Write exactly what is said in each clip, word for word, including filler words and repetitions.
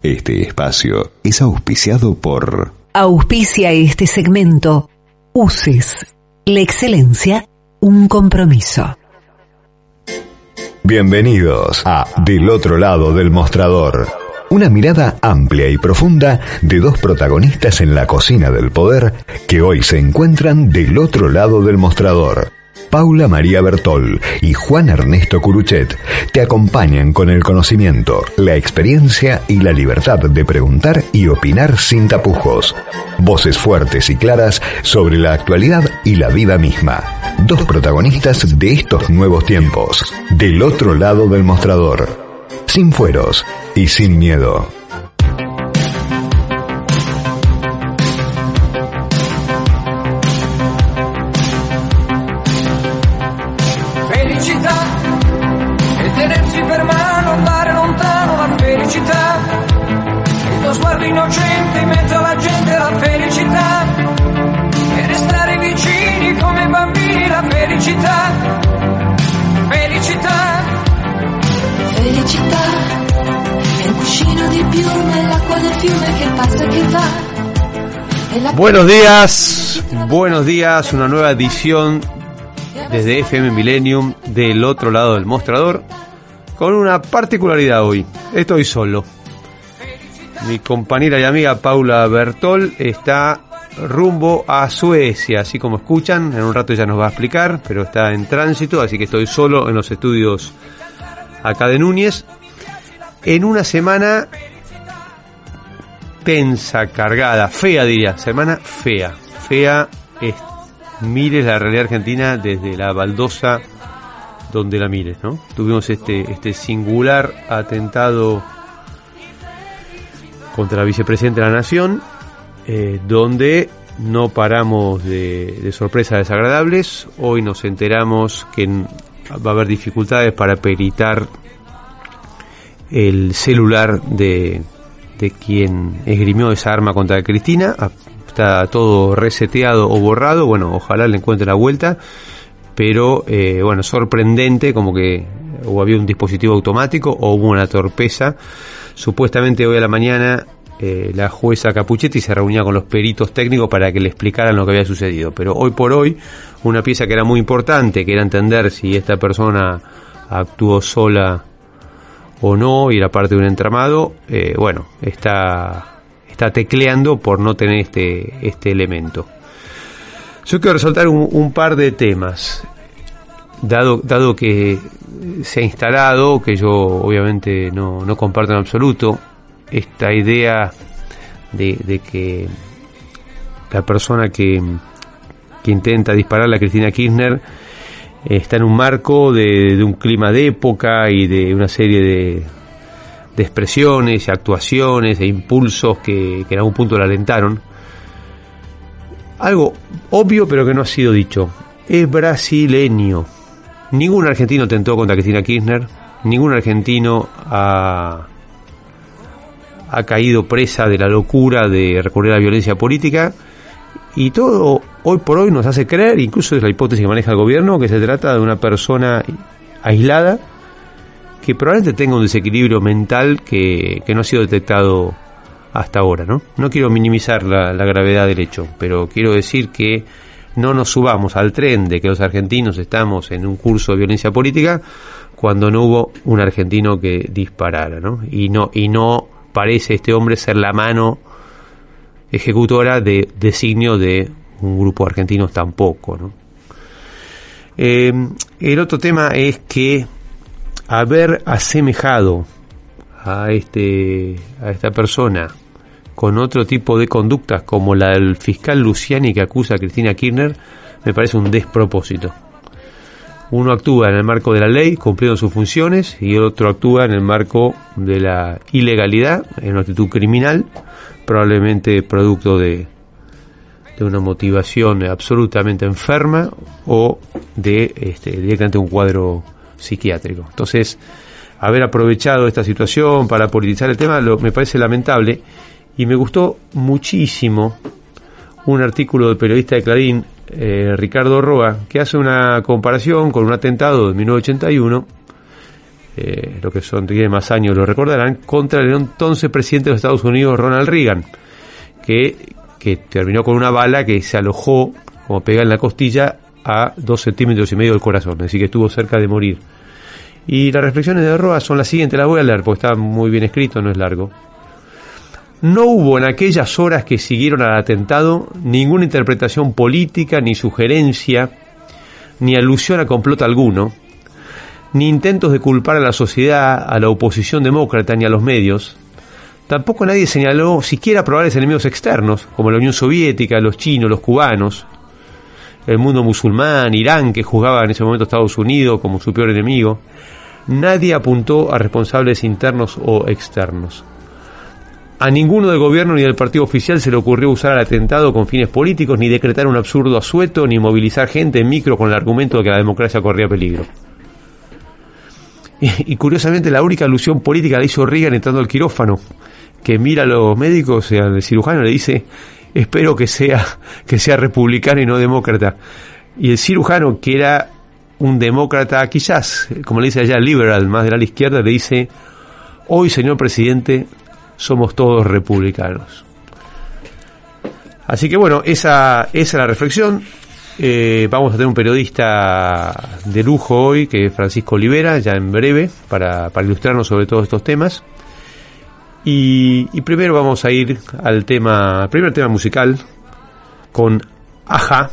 Este espacio es auspiciado por... Auspicia este segmento U C E S. La excelencia, un compromiso. Bienvenidos a Del otro lado del mostrador. Una mirada amplia y profunda de dos protagonistas en la cocina del poder que hoy se encuentran del otro lado del mostrador. Paula María Bertol y Juan Ernesto Curuchet te acompañan con el conocimiento, la experiencia y la libertad de preguntar y opinar sin tapujos. Voces fuertes y claras sobre la actualidad y la vida misma. Dos protagonistas de estos nuevos tiempos, del otro lado del mostrador. Sin fueros y sin miedo. Innocente in mezzo alla gente la felicità e restare vicini come bambini la felicità felicità felicità è un cuscino di piume nell'acqua del fiume che passa e che va la... Buenos días, buenos días, una nueva edición desde F M Millennium del otro lado del mostrador con una particularidad hoy, estoy solo. Mi compañera y amiga Paula Bertol está rumbo a Suecia, así como escuchan, en un rato ella nos va a explicar, pero está en tránsito, así que estoy solo en los estudios acá de Núñez, en una semana tensa, cargada, fea diría, semana fea, fea, es, mires la realidad argentina desde la baldosa donde la mires, ¿no? Tuvimos este, este singular atentado contra la vicepresidenta de la Nación, eh, donde no paramos de, de sorpresas desagradables. Hoy nos enteramos que va a haber dificultades para peritar el celular de, de quien esgrimió esa arma contra Cristina. Está todo reseteado o borrado, bueno, ojalá le encuentre la vuelta, pero eh, bueno, sorprendente, como que o había un dispositivo automático o hubo una torpeza. Supuestamente hoy a la mañana eh, la jueza Capuchetti se reunía con los peritos técnicos para que le explicaran lo que había sucedido. Pero hoy por hoy, una pieza que era muy importante, que era entender si esta persona actuó sola o no, y era parte de un entramado, eh, bueno, está, está tecleando por no tener este, este elemento. Yo quiero resaltar un, un par de temas. Dado, dado que se ha instalado, que yo obviamente no, no comparto en absoluto, esta idea de, de que la persona que, que intenta dispararle a Cristina Kirchner está en un marco de, de un clima de época y de una serie de, de expresiones, actuaciones e impulsos que, que en algún punto la alentaron. Algo obvio pero que no ha sido dicho. Es brasileño. Ningún argentino tentó contra Cristina Kirchner, ningún argentino ha, ha caído presa de la locura de recurrir a la violencia política, y todo hoy por hoy nos hace creer, incluso es la hipótesis que maneja el gobierno, que se trata de una persona aislada que probablemente tenga un desequilibrio mental que, que no ha sido detectado hasta ahora, ¿no? No quiero minimizar la, la gravedad del hecho, pero quiero decir que no nos subamos al tren de que los argentinos estamos en un curso de violencia política cuando no hubo un argentino que disparara, ¿no? Y no, y no parece este hombre ser la mano ejecutora de designio de un grupo de argentinos tampoco, ¿no? Eh, el otro tema es que haber asemejado a este a esta persona con otro tipo de conductas como la del fiscal Luciani que acusa a Cristina Kirchner me parece un despropósito. Uno actúa en el marco de la ley cumpliendo sus funciones y el otro actúa en el marco de la ilegalidad, en una actitud criminal, probablemente producto de, de una motivación absolutamente enferma o de este, directamente un cuadro psiquiátrico. Entonces, haber aprovechado esta situación para politizar el tema lo, me parece lamentable. Y me gustó muchísimo un artículo del periodista de Clarín, eh, Ricardo Roa, que hace una comparación con un atentado de mil novecientos ochenta y uno eh, lo que son, tiene más años, lo recordarán, contra el entonces presidente de los Estados Unidos, Ronald Reagan, que, que terminó con una bala que se alojó, como pega en la costilla, a dos centímetros y medio del corazón, es decir, que estuvo cerca de morir. Y las reflexiones de Roa son las siguientes, las voy a leer porque está muy bien escrito, no es largo. No hubo en aquellas horas que siguieron al atentado ninguna interpretación política, ni sugerencia, ni alusión a complot alguno, ni intentos de culpar a la sociedad, a la oposición demócrata, ni a los medios. Tampoco nadie señaló siquiera probables enemigos externos, como la Unión Soviética, los chinos, los cubanos, el mundo musulmán, Irán, que juzgaba en ese momento a Estados Unidos como su peor enemigo. Nadie apuntó a responsables internos o externos. A ninguno del gobierno ni del partido oficial se le ocurrió usar el atentado con fines políticos, ni decretar un absurdo asueto, ni movilizar gente en micro con el argumento de que la democracia corría peligro. Y, y curiosamente la única alusión política la hizo Reagan entrando al quirófano, que mira a los médicos y al cirujano y le dice: espero que sea, que sea republicano y no demócrata. Y el cirujano, que era un demócrata, quizás, como le dice allá, liberal, más de la izquierda, le dice: hoy, señor presidente, somos todos republicanos. Así que bueno, esa, esa es la reflexión. Eh, vamos a tener un periodista de lujo hoy, que es Francisco Olivera, ya en breve, para, para ilustrarnos sobre todos estos temas. Y, y primero vamos a ir al tema, al primer tema musical, con Aja.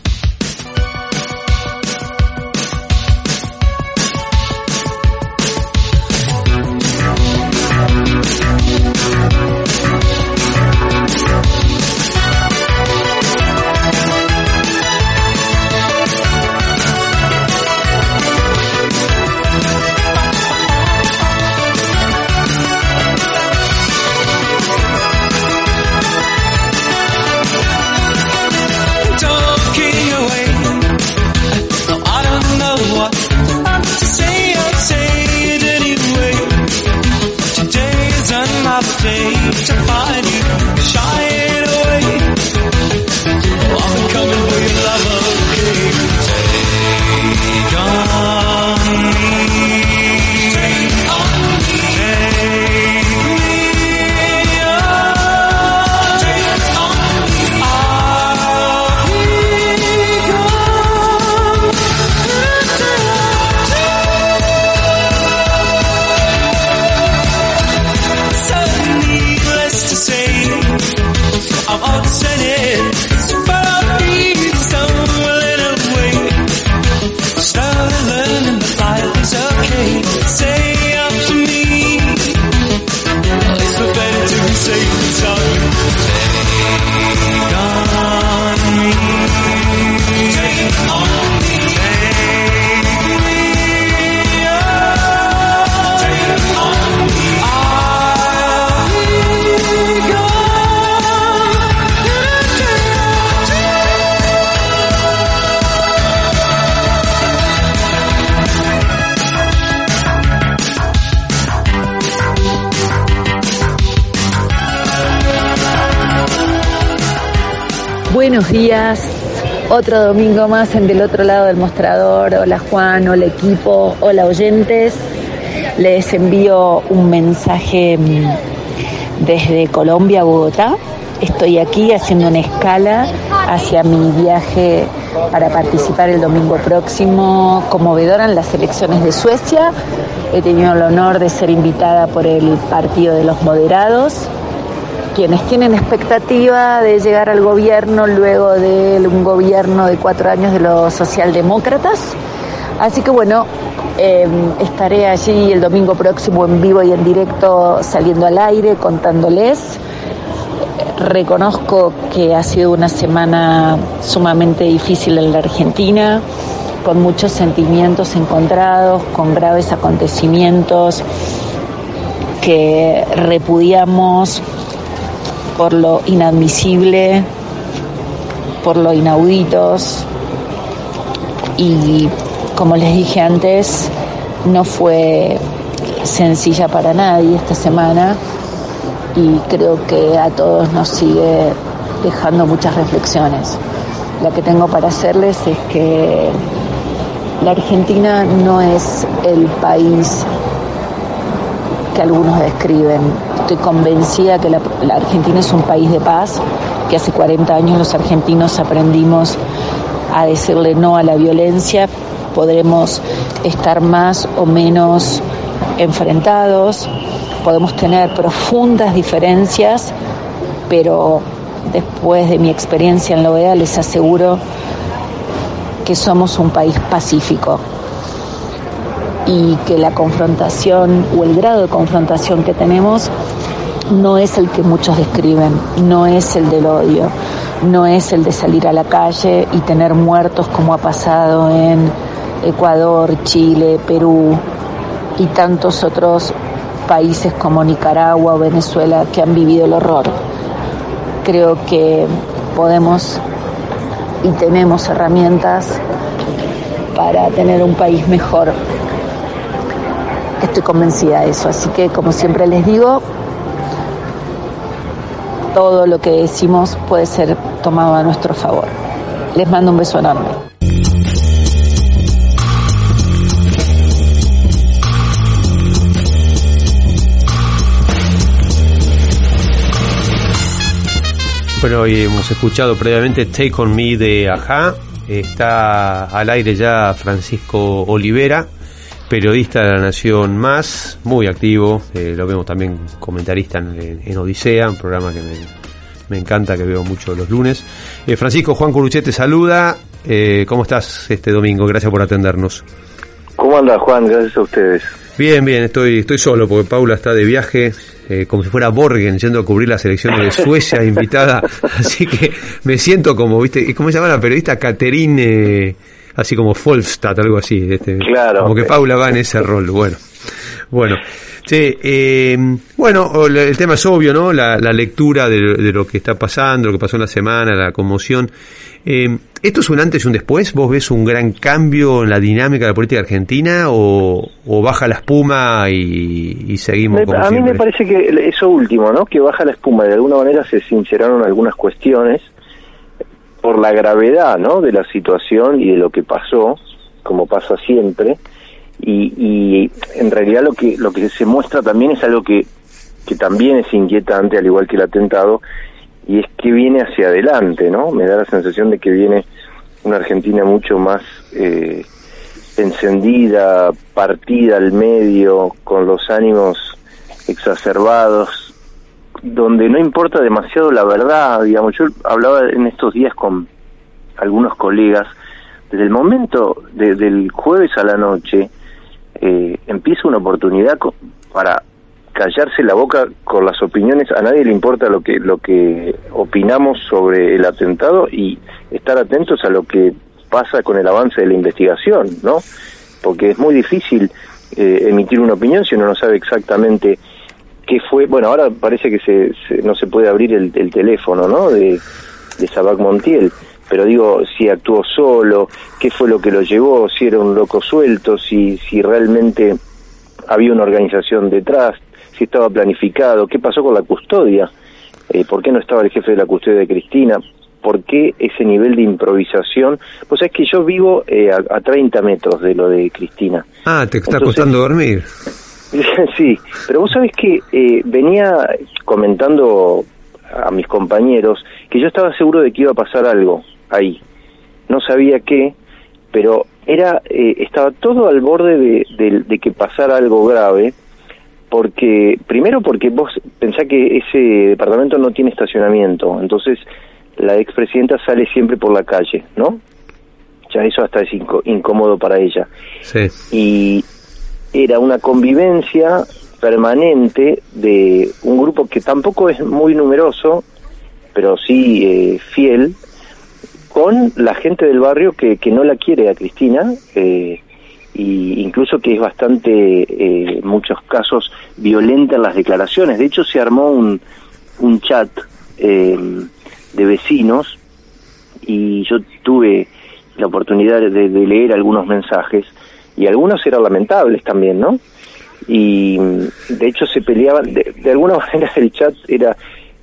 Buenos días, otro domingo más en Del Otro Lado del Mostrador. Hola Juan, hola equipo, hola oyentes. Les envío un mensaje desde Colombia, Bogotá. Estoy aquí haciendo una escala hacia mi viaje para participar el domingo próximo como vedora en las elecciones de Suecia. He tenido el honor de ser invitada por el Partido de los Moderados, quienes tienen expectativa de llegar al gobierno luego de un gobierno de cuatro años de los socialdemócratas. Así que bueno, eh, estaré allí el domingo próximo en vivo y en directo, saliendo al aire, contándoles. Reconozco que ha sido una semana sumamente difícil en la Argentina, con muchos sentimientos encontrados, con graves acontecimientos que repudiamos por lo inadmisible, por lo inauditos, y como les dije antes, no fue sencilla para nadie esta semana, y creo que a todos nos sigue dejando muchas reflexiones. La que tengo para hacerles es que la Argentina no es el país que algunos describen. Estoy convencida que la, la Argentina es un país de paz, que hace cuarenta años los argentinos aprendimos a decirle no a la violencia. Podremos estar más o menos enfrentados, podemos tener profundas diferencias, pero después de mi experiencia en la O E A les aseguro que somos un país pacífico y que la confrontación o el grado de confrontación que tenemos no es el que muchos describen, no es el del odio, no es el de salir a la calle y tener muertos como ha pasado en Ecuador, Chile, Perú y tantos otros países como Nicaragua o Venezuela que han vivido el horror. Creo que podemos y tenemos herramientas para tener un país mejor. Estoy convencida de eso, así que como siempre les digo, todo lo que decimos puede ser tomado a nuestro favor. Les mando un beso enorme. Bueno, hoy hemos escuchado previamente Take On Me de A-ha. Está al aire ya Francisco Olivera, periodista de La Nación Más, muy activo, eh, lo vemos también comentarista en, en Odisea, un programa que me, me encanta, que veo mucho los lunes. Eh, Francisco, Juan Curuchet te saluda, eh, ¿cómo estás este domingo? Gracias por atendernos. ¿Cómo anda, Juan? Gracias a ustedes. Bien, bien, estoy estoy solo porque Paula está de viaje, eh, como si fuera Borgen, yendo a cubrir las elecciones de Suecia, invitada, así que me siento como, ¿viste? ¿Cómo se llama la periodista? Caterine... Eh, así como Folstad, algo así, este, claro, como que Paula va en ese rol. Bueno, bueno, sí, eh, bueno, el tema es obvio, ¿no? La, la lectura de, de lo que está pasando, lo que pasó en la semana, la conmoción. Eh, ¿Esto es un antes y un después? ¿Vos ves un gran cambio en la dinámica de la política argentina o, o baja la espuma y, y seguimos me, como A siempre? mí me parece que eso último, ¿no? Que baja la espuma, de alguna manera se sinceraron algunas cuestiones por la gravedad, ¿no?, de la situación y de lo que pasó, como pasa siempre, y, y en realidad lo que lo que se muestra también es algo que, que también es inquietante, al igual que el atentado, y es que viene hacia adelante, ¿no? Me da la sensación de que viene una Argentina mucho más eh, encendida, partida al medio, con los ánimos exacerbados, donde no importa demasiado la verdad, digamos. Yo hablaba en estos días con algunos colegas, desde el momento de, del jueves a la noche, eh, empieza una oportunidad co- para callarse la boca con las opiniones. A nadie le importa lo que lo que opinamos sobre el atentado y estar atentos a lo que pasa con el avance de la investigación, ¿no? Porque es muy difícil eh, emitir una opinión si uno no sabe exactamente qué fue. Bueno, ahora parece que se, se no se puede abrir el, el teléfono, ¿no?, de, de Sabac Montiel, pero digo, si actuó solo, qué fue lo que lo llevó, si era un loco suelto, si si realmente había una organización detrás, si estaba planificado, qué pasó con la custodia, eh, por qué no estaba el jefe de la custodia de Cristina, por qué ese nivel de improvisación. Pues es que yo vivo eh, a, a treinta metros de lo de Cristina. Ah, te está Entonces, costando dormir. Sí, pero vos sabés que eh, venía comentando a mis compañeros que yo estaba seguro de que iba a pasar algo ahí. No sabía qué, pero era eh, estaba todo al borde de, de, de que pasara algo grave, porque primero porque vos pensás que ese departamento no tiene estacionamiento, entonces la expresidenta sale siempre por la calle, ¿no? Ya eso hasta es inco- incómodo para ella. Sí. Y era una convivencia permanente de un grupo que tampoco es muy numeroso, pero sí eh, fiel, con la gente del barrio que, que no la quiere a Cristina, eh, y incluso que es bastante, eh, en muchos casos, violenta en las declaraciones. De hecho, se armó un, un chat eh, de vecinos, y yo tuve la oportunidad de, de leer algunos mensajes, y algunos eran lamentables también, ¿no? Y de hecho se peleaban, de, de alguna manera el chat era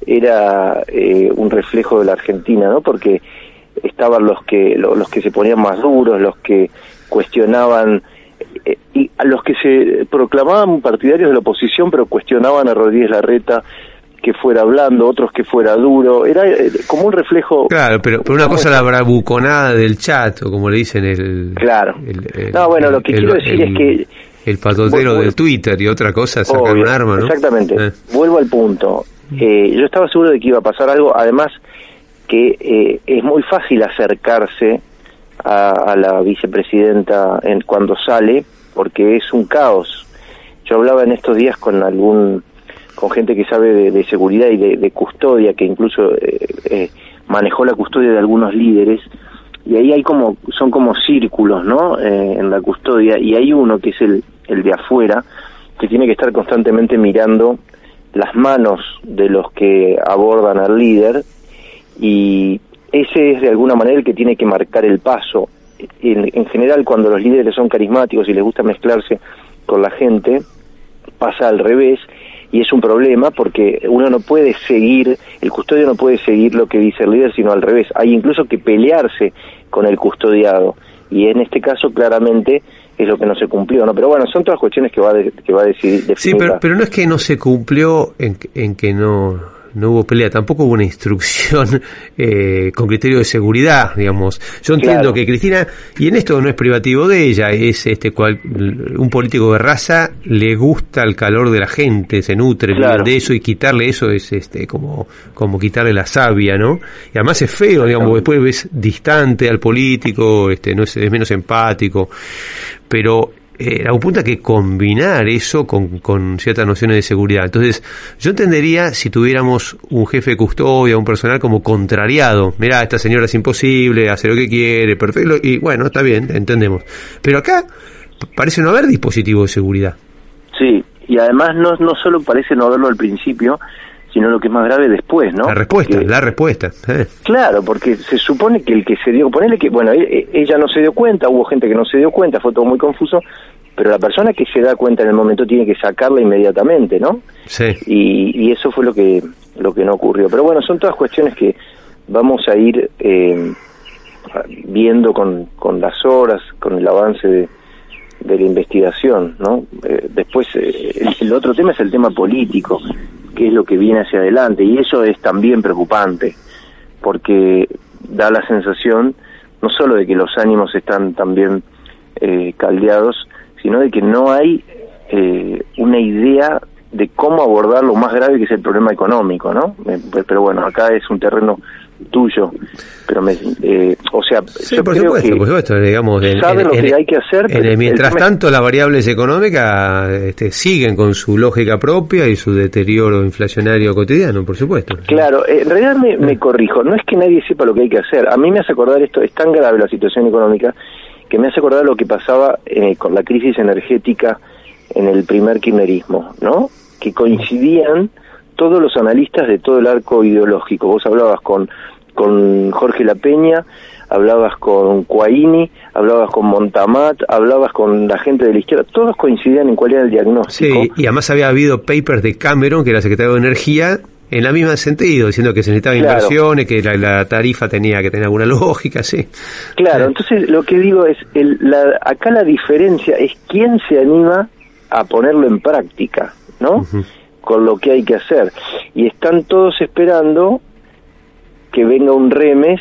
era eh, un reflejo de la Argentina, ¿no? Porque estaban los que los que se ponían más duros, los que cuestionaban eh, y a los que se proclamaban partidarios de la oposición, pero cuestionaban a Rodríguez Larreta que fuera blando, otros que fuera duro, era eh, como un reflejo... Claro, pero, pero una cosa la bravuconada del chat, o como le dicen el... Claro. El, el, no, bueno, lo que el, quiero decir el, es que... El patotero Vuelvo, de Twitter y otra cosa, sacar obvio, un arma, ¿no? Exactamente. Eh. Vuelvo al punto. Eh, yo estaba seguro de que iba a pasar algo, además que eh, es muy fácil acercarse a, a la vicepresidenta en, cuando sale, porque es un caos. Yo hablaba en estos días con algún... con gente que sabe de, de seguridad y de, de custodia, que incluso eh, eh, manejó la custodia de algunos líderes, y ahí hay como, son como círculos, ¿no?, eh, en la custodia, y hay uno que es el, el de afuera, que tiene que estar constantemente mirando las manos de los que abordan al líder, y ese es de alguna manera el que tiene que marcar el paso. En, en general, cuando los líderes son carismáticos y les gusta mezclarse con la gente, pasa al revés, y es un problema porque uno no puede seguir, el custodio no puede seguir lo que dice el líder, sino al revés. Hay incluso que pelearse con el custodiado, y en este caso claramente es lo que no se cumplió, ¿no? Pero bueno, son todas cuestiones que va, de, que va a decidir definir. Sí, pero, pero no es que no se cumplió en, en que no... no hubo pelea, tampoco hubo una instrucción eh, con criterio de seguridad, digamos. Yo entiendo claro. que Cristina, y en esto no es privativo de ella, es este cual un político de raza, le gusta el calor de la gente, se nutre claro. de eso, y quitarle eso es este como como quitarle la savia, ¿no? Y además es feo, digamos, después ves distante al político, este no es, es menos empático, pero Eh, apunta que combinar eso con, con ciertas nociones de seguridad. Entonces, yo entendería si tuviéramos un jefe de custodia, un personal como contrariado. Mirá, esta señora es imposible, hace lo que quiere, perfecto, y bueno, está bien, entendemos. Pero acá parece no haber dispositivo de seguridad. Sí, y además no, no solo parece no haberlo al principio, sino lo que es más grave después, ¿no? La respuesta, porque, la respuesta. Eh. Claro, porque se supone que el que se dio, ponele que, bueno, ella no se dio cuenta, hubo gente que no se dio cuenta, fue todo muy confuso, pero la persona que se da cuenta en el momento tiene que sacarla inmediatamente, ¿no? Sí. Y, y eso fue lo que lo que no ocurrió. Pero bueno, son todas cuestiones que vamos a ir eh, viendo con, con las horas, con el avance de, de la investigación, ¿no? Eh, después, eh, el, el otro tema es el tema político, que es lo que viene hacia adelante, y eso es también preocupante, porque da la sensación no solo de que los ánimos están también eh, caldeados, sino de que no hay eh, una idea de cómo abordar lo más grave que es el problema económico, ¿no? Eh, pero bueno, acá es un terreno tuyo, pero me, eh, o sea, sí, yo por creo supuesto, que por supuesto, digamos, en, saben en, lo en, que hay que hacer. En el, mientras tanto, las variables económicas este, siguen con su lógica propia y su deterioro inflacionario cotidiano, por supuesto. Claro, en realidad me, me corrijo, no es que nadie sepa lo que hay que hacer. A mí me hace acordar esto, es tan grave la situación económica que me hace acordar lo que pasaba eh, con la crisis energética en el primer kirchnerismo, ¿no? Que coincidían todos los analistas de todo el arco ideológico. Vos hablabas con con Jorge Lapeña, hablabas con Cuaini, hablabas con Montamat, hablabas con la gente de la izquierda, todos coincidían en cuál era el diagnóstico. Sí, y además había habido papers de Cameron, que era secretario de Energía, en la misma sentido, diciendo que se necesitaba claro. inversiones, que la, la tarifa tenía que tener alguna lógica, sí. Claro, entonces lo que digo es, el, la, acá la diferencia es quién se anima a ponerlo en práctica, ¿no? Uh-huh. Con lo que hay que hacer. Y están todos esperando que venga un remes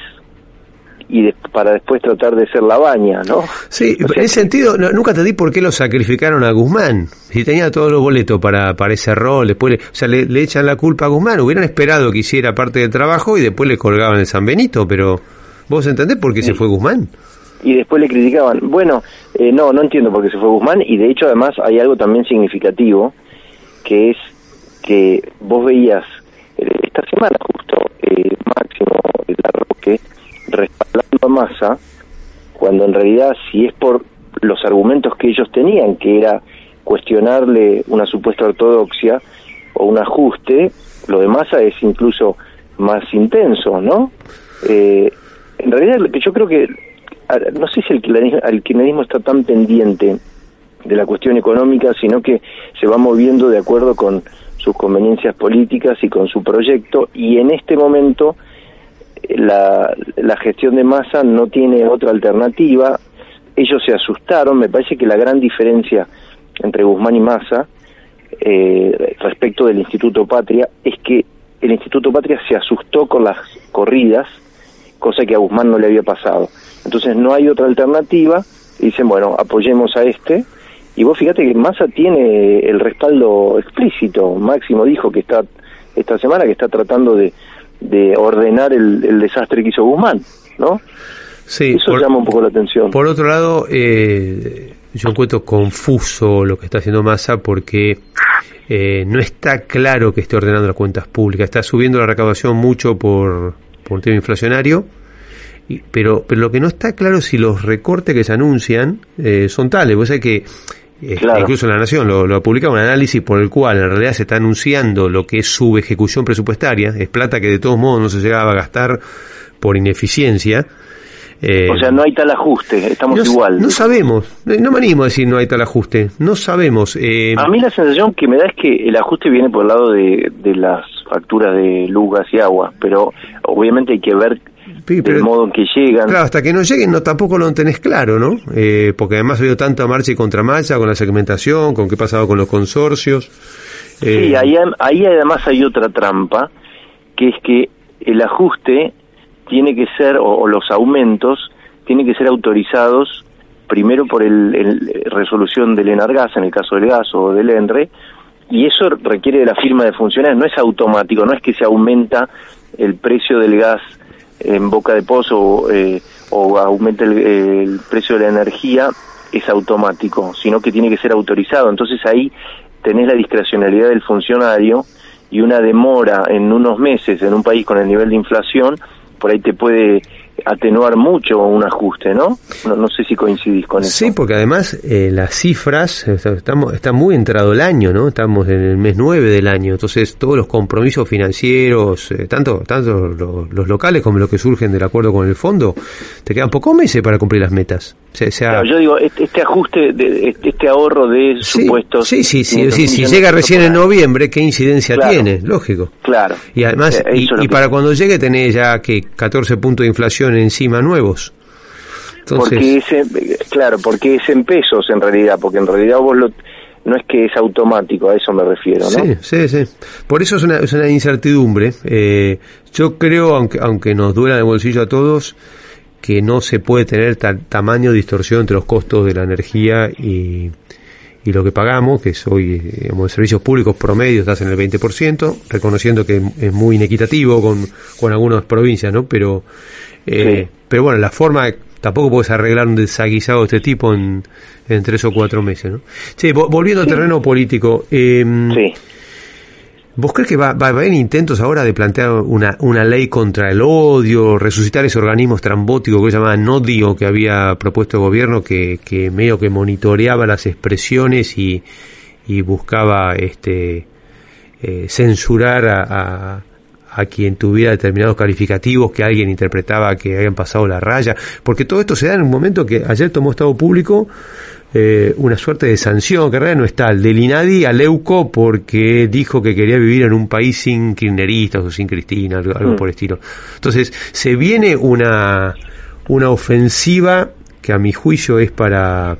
y de, para después tratar de ser la baña, ¿no? Sí, o sea, en ese sentido, no, nunca entendí por qué lo sacrificaron a Guzmán. Si tenía todos los boletos para, para ese rol, después le, o sea, le, le echan la culpa a Guzmán. Hubieran esperado que hiciera parte del trabajo y después le colgaban el San Benito, pero ¿vos entendés por qué sí. se fue Guzmán? Y después le criticaban. Bueno, eh, no, no entiendo por qué se fue Guzmán, y de hecho además hay algo también significativo, que es que vos veías esta semana justo eh, Máximo Larroque respaldando a Massa, cuando en realidad si es por los argumentos que ellos tenían, que era cuestionarle una supuesta ortodoxia o un ajuste, lo de Massa es incluso más intenso, ¿no? Eh, en realidad yo creo que, no sé si el kirchnerismo, el kirchnerismo está tan pendiente de la cuestión económica, sino que se va moviendo de acuerdo con sus conveniencias políticas y con su proyecto, y en este momento la, la gestión de Massa no tiene otra alternativa, ellos se asustaron. Me parece que la gran diferencia entre Guzmán y Massa eh, respecto del Instituto Patria es que el Instituto Patria se asustó con las corridas, cosa que a Guzmán no le había pasado. Entonces no hay otra alternativa, y dicen, bueno, apoyemos a este, y vos fíjate que Massa tiene el respaldo explícito. Máximo dijo que está, esta semana, que está tratando de, de ordenar el, el desastre que hizo Guzmán, ¿no? Sí, eso por, llama un poco la atención. Por otro lado, eh, yo encuentro confuso lo que está haciendo Massa, porque eh, no está claro que esté ordenando las cuentas públicas. Está subiendo la recaudación mucho por, por un tema inflacionario, y, pero, pero lo que no está claro es si los recortes que se anuncian eh, son tales. Vos sabés que eh, claro. Incluso en La Nación lo, lo ha publicado un análisis por el cual en realidad se está anunciando lo que es su ejecución presupuestaria, es plata que de todos modos no se llegaba a gastar por ineficiencia. Eh, o sea, no hay tal ajuste, estamos no, igual. No sabemos, no me animo a decir no hay tal ajuste, no sabemos. Eh, a mí la sensación que me da es que el ajuste viene por el lado de, de las facturas de luz, gas y agua, pero obviamente hay que ver sí, pero, del modo en que llegan. Claro, hasta que no lleguen no tampoco lo tenés claro, ¿no? Eh, porque además ha habido tanta marcha y contramarcha con la segmentación, con qué pasaba con los consorcios. Eh, sí, ahí, ahí además hay otra trampa, que es que el ajuste tiene que ser, o, o los aumentos, tienen que ser autorizados primero por el, el resolución del Enargas, en el caso del gas, o del ENRE, y eso requiere de la firma de funcionarios, no es automático, no es que se aumenta el precio del gas en Boca de Pozo eh, o aumenta el, el precio de la energía, es automático, sino que tiene que ser autorizado. Entonces ahí tenés la discrecionalidad del funcionario, y una demora en unos meses en un país con el nivel de inflación por ahí te puede atenuar mucho un ajuste, ¿no? No, no sé si coincidís con eso. Sí, porque además eh, las cifras, estamos está muy entrado el año, ¿no? Estamos en el mes nueve del año, entonces todos los compromisos financieros, eh, tanto tanto los, los locales como los que surgen del acuerdo con el fondo, te quedan pocos meses para cumplir las metas. O sea, sea, claro, yo digo, este, este ajuste, de, este ahorro de sí, supuestos... Sí, sí, sí, sí, si llega recién en noviembre, ¿qué incidencia claro, tiene? Lógico. Claro. Y además, eh, y, y para cuando llegue tenés ya que catorce puntos de inflación encima nuevos. Entonces, porque ese, claro, porque es en pesos en realidad, porque en realidad vos lo, no es que es automático, a eso me refiero, ¿no? Sí, sí, sí. Por eso es una, es una incertidumbre. Eh, yo creo, aunque aunque nos duela el bolsillo a todos, que no se puede tener tal tamaño de distorsión entre los costos de la energía y, y lo que pagamos, que es hoy, digamos, en servicios públicos promedio estás en el veinte por ciento, reconociendo que es muy inequitativo con, con algunas provincias, ¿no? Pero, eh, sí. pero bueno, la forma, tampoco puedes arreglar un desaguisado de este tipo en, en tres o cuatro meses, ¿no? Sí, volviendo sí. al terreno político, eh, sí. ¿vos crees que va, va a haber intentos ahora de plantear una, una ley contra el odio, resucitar ese organismo estrambótico que se llamaba NODIO, que había propuesto el gobierno, que, que medio que monitoreaba las expresiones y, y buscaba este eh, censurar a, a, a quien tuviera determinados calificativos que alguien interpretaba que habían pasado la raya? Porque todo esto se da en un momento que ayer tomó Estado Público Eh, una suerte de sanción, que en realidad no es tal, del INADI a Leuco, porque dijo que quería vivir en un país sin kirchneristas o sin Cristina, algo, algo mm. por el estilo. Entonces, se viene una, una ofensiva que a mi juicio es para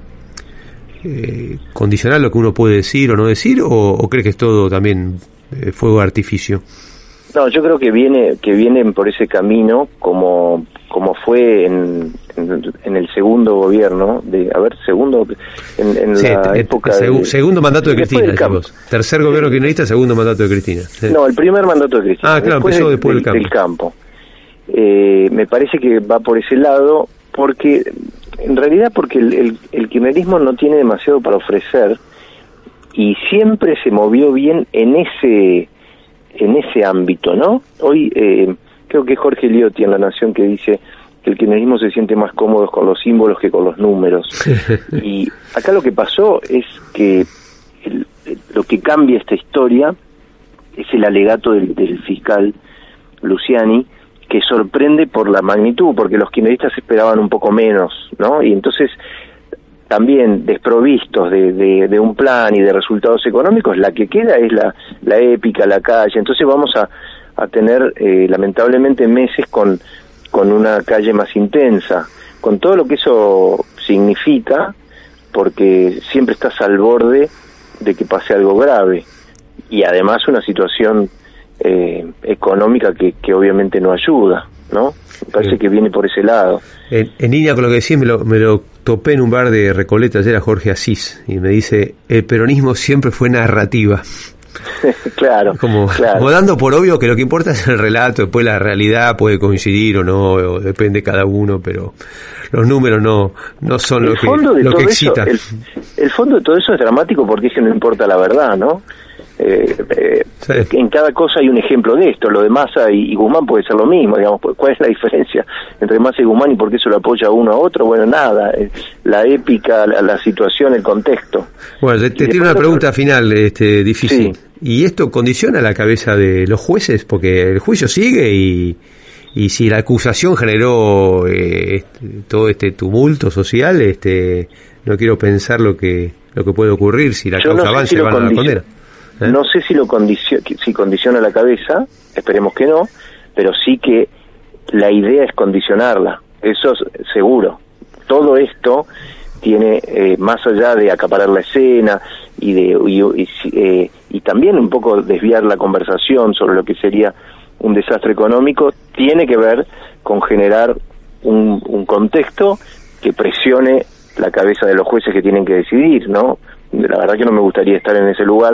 eh, condicionar lo que uno puede decir o no decir, o, o cree que es todo también eh, fuego de artificio. No, yo creo que viene que vienen por ese camino, como como fue en, en, en el segundo gobierno, de a ver, segundo, en, en sí, la te, época... Seg- de, segundo mandato de Cristina, decimos. Tercer gobierno kirchnerista, segundo mandato de Cristina. Sí. No, el primer mandato de Cristina. Ah, claro, después empezó de, después del, del campo. Del campo. Eh, me parece que va por ese lado, porque, en realidad, porque el, el, el kirchnerismo no tiene demasiado para ofrecer, y siempre se movió bien en ese... en ese ámbito, ¿no? Hoy eh, creo que Jorge Liotti en La Nación que dice que el kirchnerismo se siente más cómodo con los símbolos que con los números. Y acá lo que pasó es que el, lo que cambia esta historia es el alegato del, del fiscal Luciani, que sorprende por la magnitud, porque los kirchneristas esperaban un poco menos, ¿no? Y entonces también desprovistos de, de, de un plan y de resultados económicos, la que queda es la, la épica, la calle. Entonces vamos a, a tener eh, lamentablemente meses con, con una calle más intensa, con todo lo que eso significa, porque siempre estás al borde de que pase algo grave, y además una situación eh, económica que, que obviamente no ayuda, ¿no? Me parece sí. que viene por ese lado. En, en línea con lo que decís, me lo, me lo topé en un bar de Recoleta ayer a Jorge Asís, y me dice, el peronismo siempre fue narrativa. claro, como, claro. como dando por obvio que lo que importa es el relato, después la realidad puede coincidir o no, o depende de cada uno, pero los números no no son lo que, lo que excita. Eso, el, el fondo de todo eso es dramático porque es que no importa la verdad, ¿no? Eh, eh, sí. En cada cosa hay un ejemplo de esto. Lo de Massa y, y Guzmán puede ser lo mismo, digamos. ¿Cuál es la diferencia entre Massa y Guzmán y por qué se lo apoya uno a otro? Bueno, nada, eh, la épica, la, la situación, el contexto. Bueno, te, te tiro una pregunta otro... final, este, difícil. Sí. ¿Y esto condiciona la cabeza de los jueces? Porque el juicio sigue y, y si la acusación generó eh, este, todo este tumulto social, este, no quiero pensar lo que lo que puede ocurrir si la Yo causa no avanza si y van a la condena. ¿Eh? No sé si lo condicio- si condiciona la cabeza, esperemos que no, pero sí que la idea es condicionarla, eso es seguro. Todo esto tiene, eh, más allá de acaparar la escena y de y, y, eh, y también un poco desviar la conversación sobre lo que sería un desastre económico, tiene que ver con generar un, un contexto que presione la cabeza de los jueces que tienen que decidir, ¿no? La verdad que no me gustaría estar en ese lugar,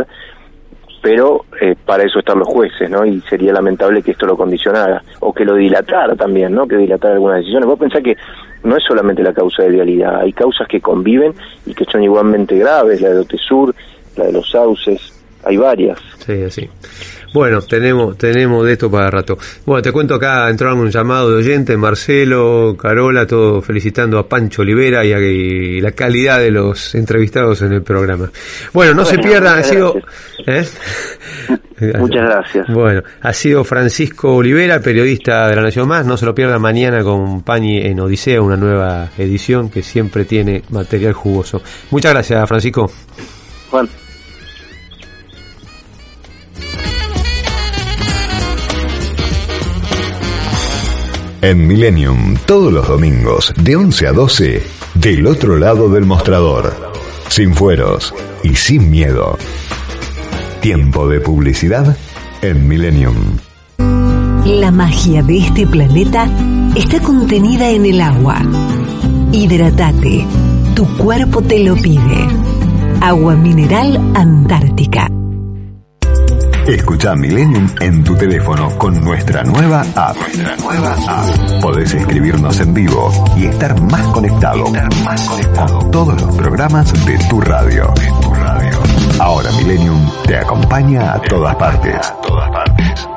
pero eh, para eso están los jueces, ¿no? Y sería lamentable que esto lo condicionara, o que lo dilatara también, ¿no? Que dilatara algunas decisiones. Vos pensás que no es solamente la causa de vialidad, hay causas que conviven y que son igualmente graves, la de Otesur, la de los sauces, hay varias. Sí, así. Bueno, tenemos tenemos de esto para rato. Bueno, te cuento acá, entraron un llamado de oyentes, Marcelo, Carola, todo felicitando a Pancho Olivera y, a, y la calidad de los entrevistados en el programa. Bueno, no bueno, se pierdan, ha sido... ¿eh? Muchas gracias. Bueno, ha sido Francisco Olivera, periodista de La Nación Más, no se lo pierdan mañana con Pañi en Odisea, una nueva edición que siempre tiene material jugoso. Muchas gracias, Francisco. Juan. En Millennium, todos los domingos, de once a doce, del otro lado del mostrador. Sin fueros y sin miedo. Tiempo de publicidad en Millennium. La magia de este planeta está contenida en el agua. Hidratate, tu cuerpo te lo pide. Agua mineral Antártica. Escucha Millennium en tu teléfono con nuestra nueva app. Nuestra nueva app. Podés escribirnos en vivo y estar más conectado. Estar más conectado. Con todos los programas de tu radio. De tu radio. Ahora Millennium te acompaña a todas partes. A todas partes.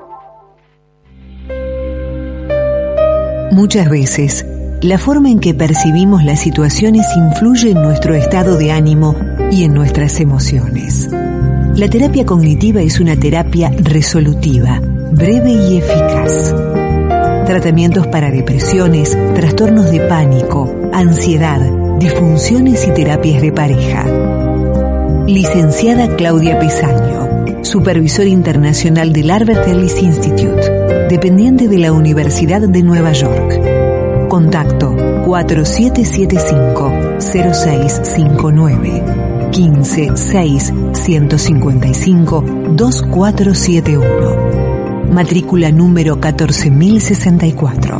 Muchas veces, la forma en que percibimos las situaciones influye en nuestro estado de ánimo y en nuestras emociones. La terapia cognitiva es una terapia resolutiva, breve y eficaz. Tratamientos para depresiones, trastornos de pánico, ansiedad, disfunciones y terapias de pareja. Licenciada Claudia Pesaño, supervisora internacional del Albert Ellis Institute, dependiente de la Universidad de Nueva York. Contacto cuatro siete siete cinco cero seis cinco nueve. quince seis ciento cincuenta y cinco dos cuatro siete uno. Matrícula número catorce mil sesenta y cuatro.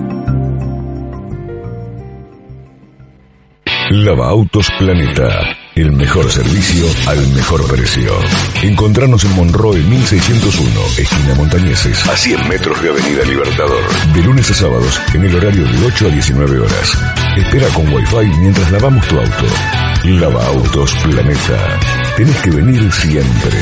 Lavaautos Planeta. El mejor servicio al mejor precio. Encontranos en Monroe mil seiscientos uno, esquina Montañeses, a cien metros de Avenida Libertador. De lunes a sábados, en el horario de ocho a diecinueve horas. Espera con wifi mientras lavamos tu auto. Lavaautos Planeta. Tenés que venir siempre.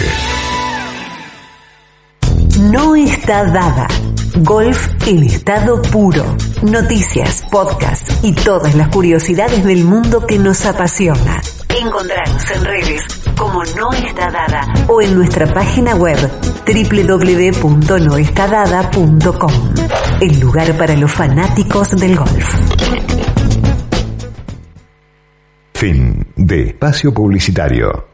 No está dada. Golf en estado puro. Noticias, podcasts y todas las curiosidades del mundo que nos apasiona. Encontrarnos en redes como No Está Dada o en nuestra página web doble u doble u doble u punto no está dada punto com. El lugar para los fanáticos del golf. Fin de espacio publicitario.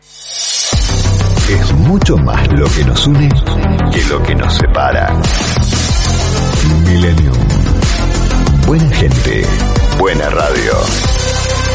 Es mucho más lo que nos une que lo que nos separa. Millennium. Buena gente, buena radio.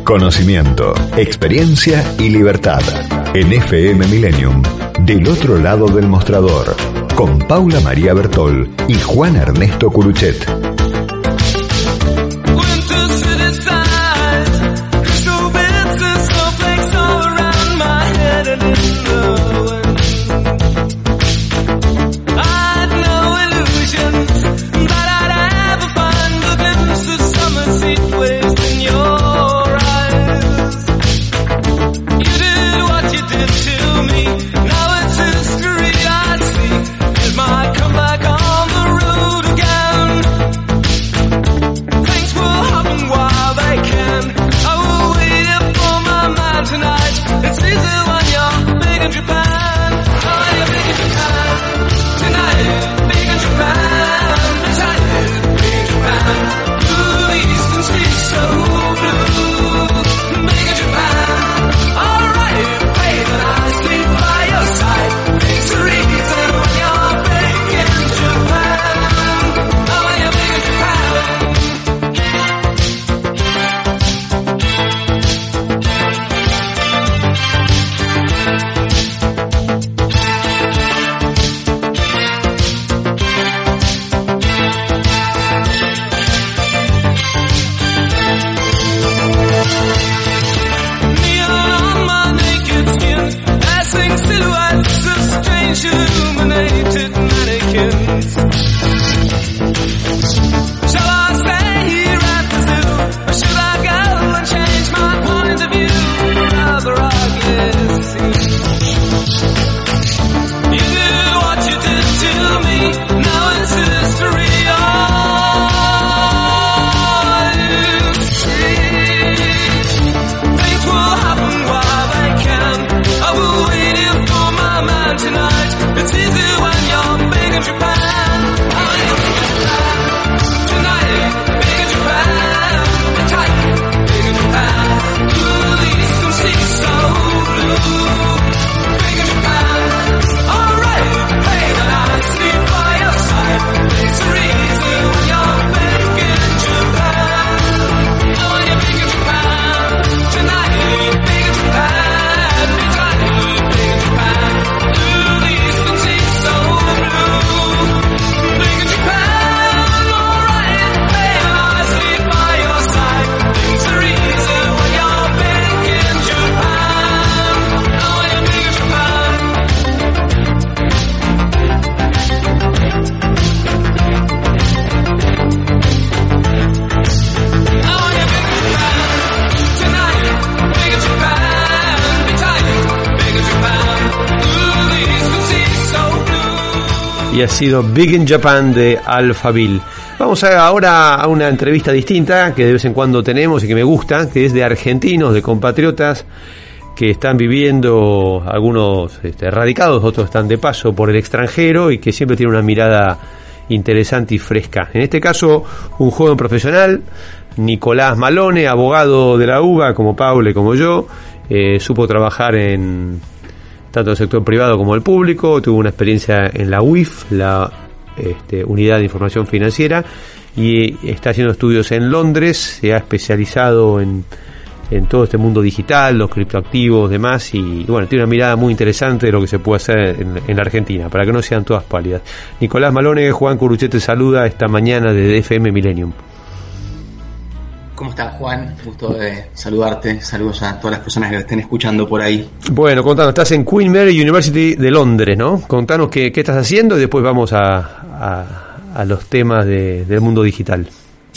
Conocimiento, experiencia y libertad. En F M Millennium, del otro lado del mostrador, con Paula María Bertol y Juan Ernesto Curuchet. Y ha sido Big in Japan de Alphaville. Vamos a, ahora a una entrevista distinta que de vez en cuando tenemos y que me gusta, que es de argentinos, de compatriotas que están viviendo, algunos este, radicados, otros están de paso por el extranjero y que siempre tienen una mirada interesante y fresca. En este caso, un joven profesional, Nicolás Malone, abogado de la U B A, como Paula y como yo, eh, supo trabajar en tanto el sector privado como el público, tuvo una experiencia en la U I F, la este, Unidad de Información Financiera, y está haciendo estudios en Londres, se ha especializado en, en todo este mundo digital, los criptoactivos, demás, y bueno, tiene una mirada muy interesante de lo que se puede hacer en, en la Argentina, para que no sean todas pálidas. Nicolás Malone, Juan Curuchet te saluda esta mañana desde F M Millennium. ¿Cómo estás, Juan? Gusto de saludarte. Saludos a todas las personas que lo estén escuchando por ahí. Bueno, contanos, estás en Queen Mary University de Londres, ¿no? Contanos qué, qué estás haciendo y después vamos a, a, a los temas de, del mundo digital.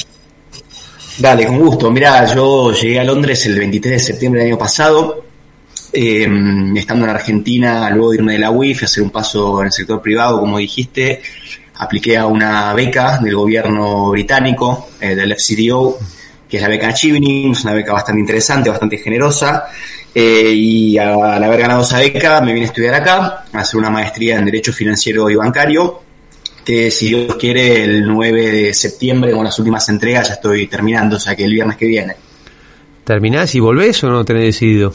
Dale, con gusto. Mirá, yo llegué a Londres el veintitrés de septiembre del año pasado. Eh, estando en Argentina, luego de irme de la U I F, hacer un paso en el sector privado, como dijiste, apliqué a una beca del gobierno británico, eh, del F C D O, que es la beca Achieving, es una beca bastante interesante, bastante generosa, eh, y a, al haber ganado esa beca me vine a estudiar acá, a hacer una maestría en Derecho Financiero y Bancario, que si Dios quiere el nueve de septiembre con las últimas entregas ya estoy terminando, o sea que el viernes que viene. ¿Terminás y volvés o no tenés decidido?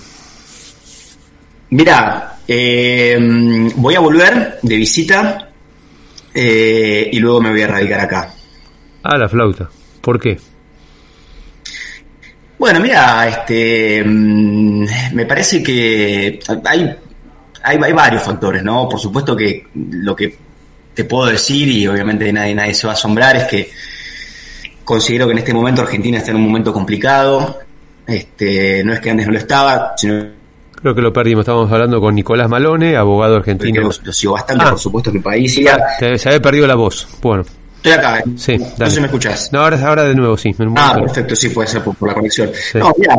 Mirá, eh, voy a volver de visita eh, y luego me voy a radicar acá. Ah, la flauta. ¿Por qué? Bueno, mira, este, me parece que hay, hay, hay varios factores, ¿no? Por supuesto que lo que te puedo decir, y obviamente nadie, nadie se va a asombrar, es que considero que en este momento Argentina está en un momento complicado. Este, no es que antes no lo estaba, sino... Creo que lo perdimos. Estábamos hablando con Nicolás Malone, abogado argentino. Lo, lo sigo bastante, ah, por supuesto, en mi país. Sí, se, se había perdido la voz. Bueno. Estoy acá, ¿eh? Sí, dale. No sé si me escuchás. No, ahora, ahora de nuevo, sí. Ah, perfecto, sí, puede ser por, por la conexión. Sí. No, mira,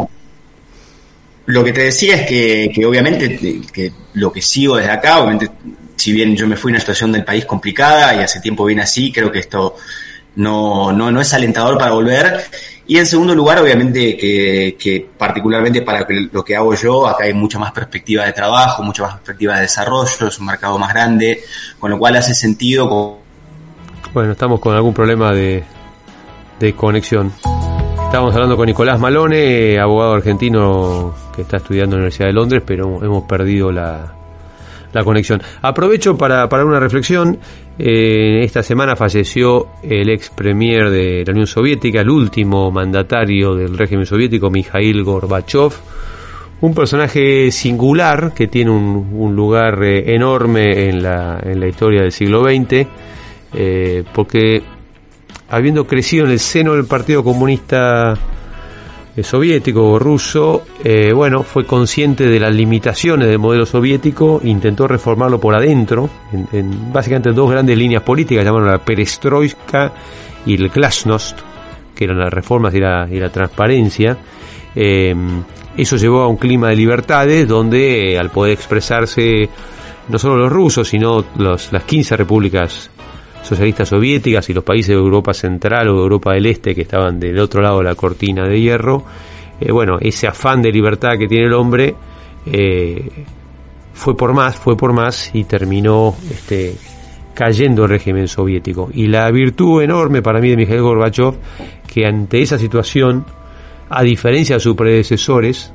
lo que te decía es que, que obviamente que lo que sigo desde acá, obviamente, si bien yo me fui a una situación del país complicada y hace tiempo viene así, creo que esto no, no, no es alentador para volver. Y en segundo lugar, obviamente, que, que particularmente para lo que hago yo, acá hay mucha más perspectiva de trabajo, mucha más perspectiva de desarrollo, es un mercado más grande, con lo cual hace sentido... Con... Bueno, estamos con algún problema de, de conexión. Estábamos hablando con Nicolás Malone, abogado argentino que está estudiando en la Universidad de Londres, pero hemos perdido la, la conexión. Aprovecho para, para una reflexión. Eh, esta semana falleció el ex premier de la Unión Soviética, el último mandatario del régimen soviético, Mikhail Gorbachev. Un personaje singular que tiene un, un lugar eh, enorme en la, en la historia del siglo veinte. Eh, porque habiendo crecido en el seno del Partido Comunista eh, soviético o ruso, eh, bueno, fue consciente de las limitaciones del modelo soviético, intentó reformarlo por adentro, en, en básicamente dos grandes líneas políticas, llamaron la perestroika y el glasnost, que eran las reformas y la, y la transparencia. Eh, eso llevó a un clima de libertades donde, eh, al poder expresarse no solo los rusos, sino los, las quince repúblicas socialistas soviéticas y los países de Europa Central o de Europa del Este que estaban del otro lado de la cortina de hierro, eh, bueno, ese afán de libertad que tiene el hombre eh, fue por más, fue por más y terminó este, cayendo el régimen soviético. Y la virtud enorme para mí de Mikhail Gorbachev, que ante esa situación, a diferencia de sus predecesores,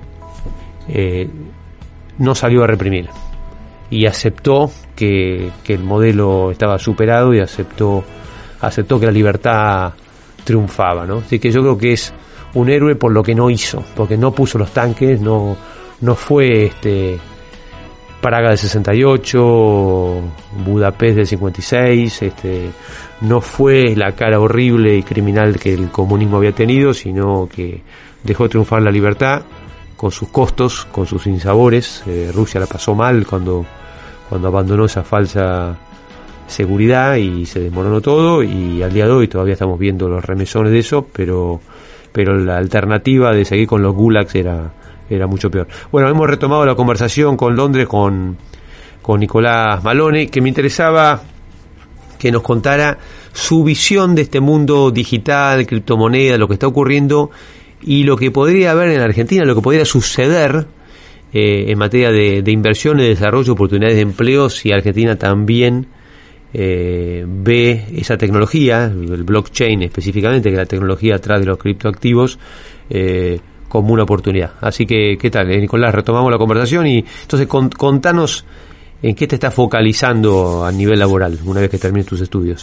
eh, no salió a reprimir y aceptó que, que el modelo estaba superado y aceptó aceptó que la libertad triunfaba, ¿no? Así que yo creo que es un héroe por lo que no hizo, porque no puso los tanques, no no fue este Praga del sesenta y ocho, Budapest del cincuenta y seis, este no fue la cara horrible y criminal que el comunismo había tenido, sino que dejó triunfar la libertad con sus costos, con sus sinsabores. Eh, Rusia la pasó mal cuando cuando abandonó esa falsa seguridad y se desmoronó todo, y al día de hoy todavía estamos viendo los remesones de eso, pero pero la alternativa de seguir con los gulags era era mucho peor. Bueno, hemos retomado la conversación con Londres con con Nicolás Malone, que me interesaba que nos contara su visión de este mundo digital, criptomoneda, lo que está ocurriendo y lo que podría haber en Argentina, lo que podría suceder Eh, en materia de, de inversión, de desarrollo, oportunidades de empleo, si Argentina también eh, ve esa tecnología, el blockchain específicamente, que es la tecnología atrás de los criptoactivos, eh, como una oportunidad. Así que, ¿qué tal, eh, Nicolás? Retomamos la conversación y entonces con, contanos en qué te estás focalizando a nivel laboral una vez que termines tus estudios.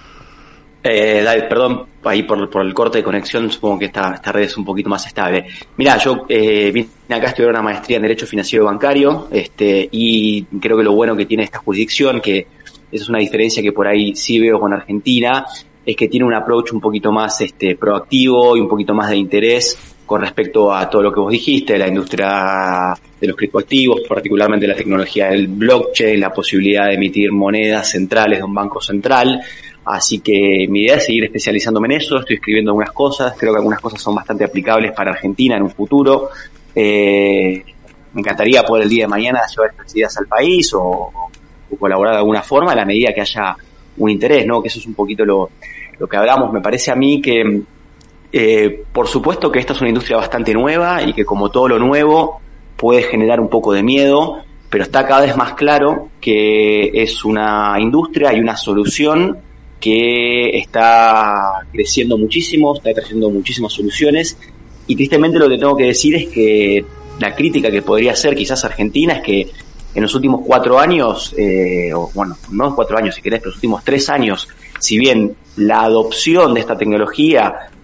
Eh, David, perdón, ahí por, por el corte de conexión, supongo que esta, esta red es un poquito más estable. Mirá, yo eh, vine acá a estudiar una maestría en Derecho Financiero y Bancario, este, y creo que lo bueno que tiene esta jurisdicción, que esa es una diferencia que por ahí sí veo con Argentina, es que tiene un approach un poquito más este, proactivo y un poquito más de interés con respecto a todo lo que vos dijiste, la industria de los criptoactivos, particularmente la tecnología del blockchain, la posibilidad de emitir monedas centrales de un banco central. Así que mi idea es seguir especializándome en eso, estoy escribiendo algunas cosas, creo que algunas cosas son bastante aplicables para Argentina en un futuro. Eh, me encantaría poder el día de mañana llevar estas ideas al país o, o colaborar de alguna forma a la medida que haya un interés, ¿no? Que eso es un poquito lo, lo que hablamos. Me parece a mí que, eh, por supuesto que esta es una industria bastante nueva y que como todo lo nuevo puede generar un poco de miedo, pero está cada vez más claro que es una industria y una solución que está creciendo muchísimo, está trayendo muchísimas soluciones, y tristemente lo que tengo que decir es que la crítica que podría hacer quizás Argentina es que en los últimos cuatro años, eh, o bueno, no cuatro años si querés, pero los últimos tres años, si bien la adopción de esta tecnología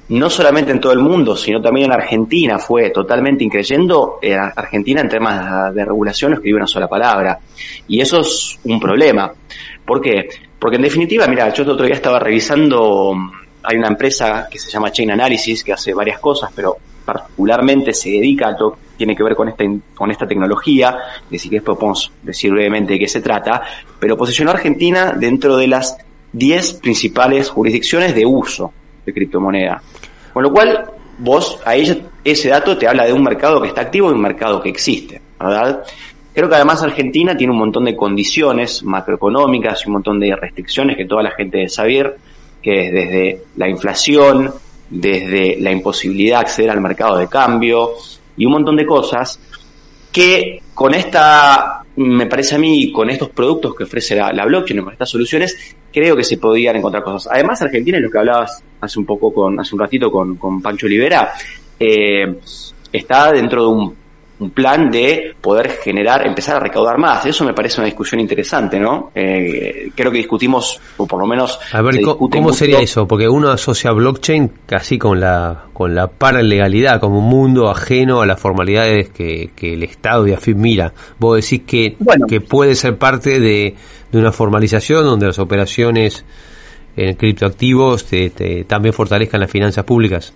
no solamente en todo el mundo, sino también en Argentina fue totalmente increyendo. En Argentina, en temas de regulación, no escribió una sola palabra. Y eso es un problema. ¿Por qué? Porque en definitiva, mira, yo el otro día estaba revisando, hay una empresa que se llama Chain Analysis, que hace varias cosas, pero particularmente se dedica a todo lo que tiene que ver con esta, con esta tecnología, decir que después podemos decir brevemente de qué se trata, pero posicionó a Argentina dentro de las diez principales jurisdicciones de uso de criptomoneda. Con lo cual, vos, a ella, ese dato te habla de un mercado que está activo y un mercado que existe, ¿verdad? Creo que además Argentina tiene un montón de condiciones macroeconómicas y un montón de restricciones que toda la gente debe saber, que es desde la inflación, desde la imposibilidad de acceder al mercado de cambio y un montón de cosas que con esta, me parece a mí, con estos productos que ofrece la, la blockchain, con estas soluciones, creo que se podían encontrar cosas. Además, Argentina, es lo que hablabas hace un poco con, hace un ratito con, con Pancho Olivera, eh, está dentro de un, un plan de poder generar, empezar a recaudar más. Eso me parece una discusión interesante, ¿no? Eh, creo que discutimos, o por lo menos... A ver, ¿cómo, ¿cómo sería eso? Porque uno asocia blockchain casi con la con la paralegalidad, como un mundo ajeno a las formalidades que, que el Estado de AFIP mira. Vos decís que, bueno, que puede ser parte de, de una formalización donde las operaciones en criptoactivos te, te, también fortalezcan las finanzas públicas.